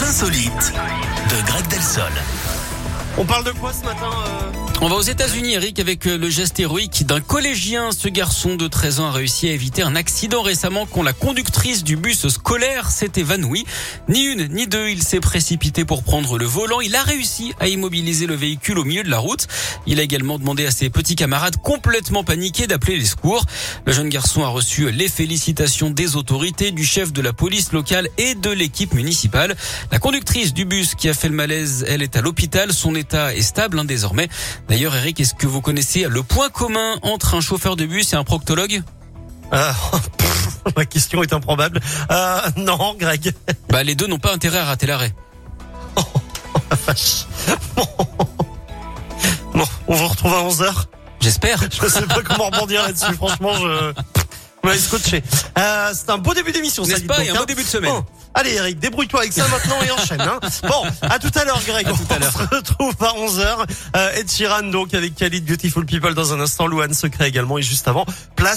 insolites de Greg Delsol. On parle de quoi ce matin On va aux États-Unis, Eric, avec le geste héroïque d'un collégien. Ce garçon de 13 ans a réussi à éviter un accident récemment quand la conductrice du bus scolaire s'est évanouie. Ni une, ni deux, il s'est précipité pour prendre le volant. Il a réussi à immobiliser le véhicule au milieu de la route. Il a également demandé à ses petits camarades complètement paniqués d'appeler les secours. Le jeune garçon a reçu les félicitations des autorités, du chef de la police locale et de l'équipe municipale. La conductrice du bus qui a fait le malaise, elle est à l'hôpital. Son état est stable désormais. D'ailleurs, Eric, est-ce que vous connaissez le point commun entre un chauffeur de bus et un proctologue ? La question est improbable. Non, Greg. Les deux n'ont pas intérêt à rater l'arrêt. Oh la vache. Bon, on vous retrouve à 11h. J'espère. Je sais pas comment rebondir là-dessus. Franchement, on va scotcher. C'est un beau début d'émission, n'est-ce pas ? Et un beau début de semaine. Bon. Allez Eric, débrouille-toi avec ça maintenant et enchaîne. Bon, à tout à l'heure Greg. On se retrouve à 11h. Ed Sheeran donc avec Khalid, Beautiful People dans un instant. Louane Secret également et juste avant, place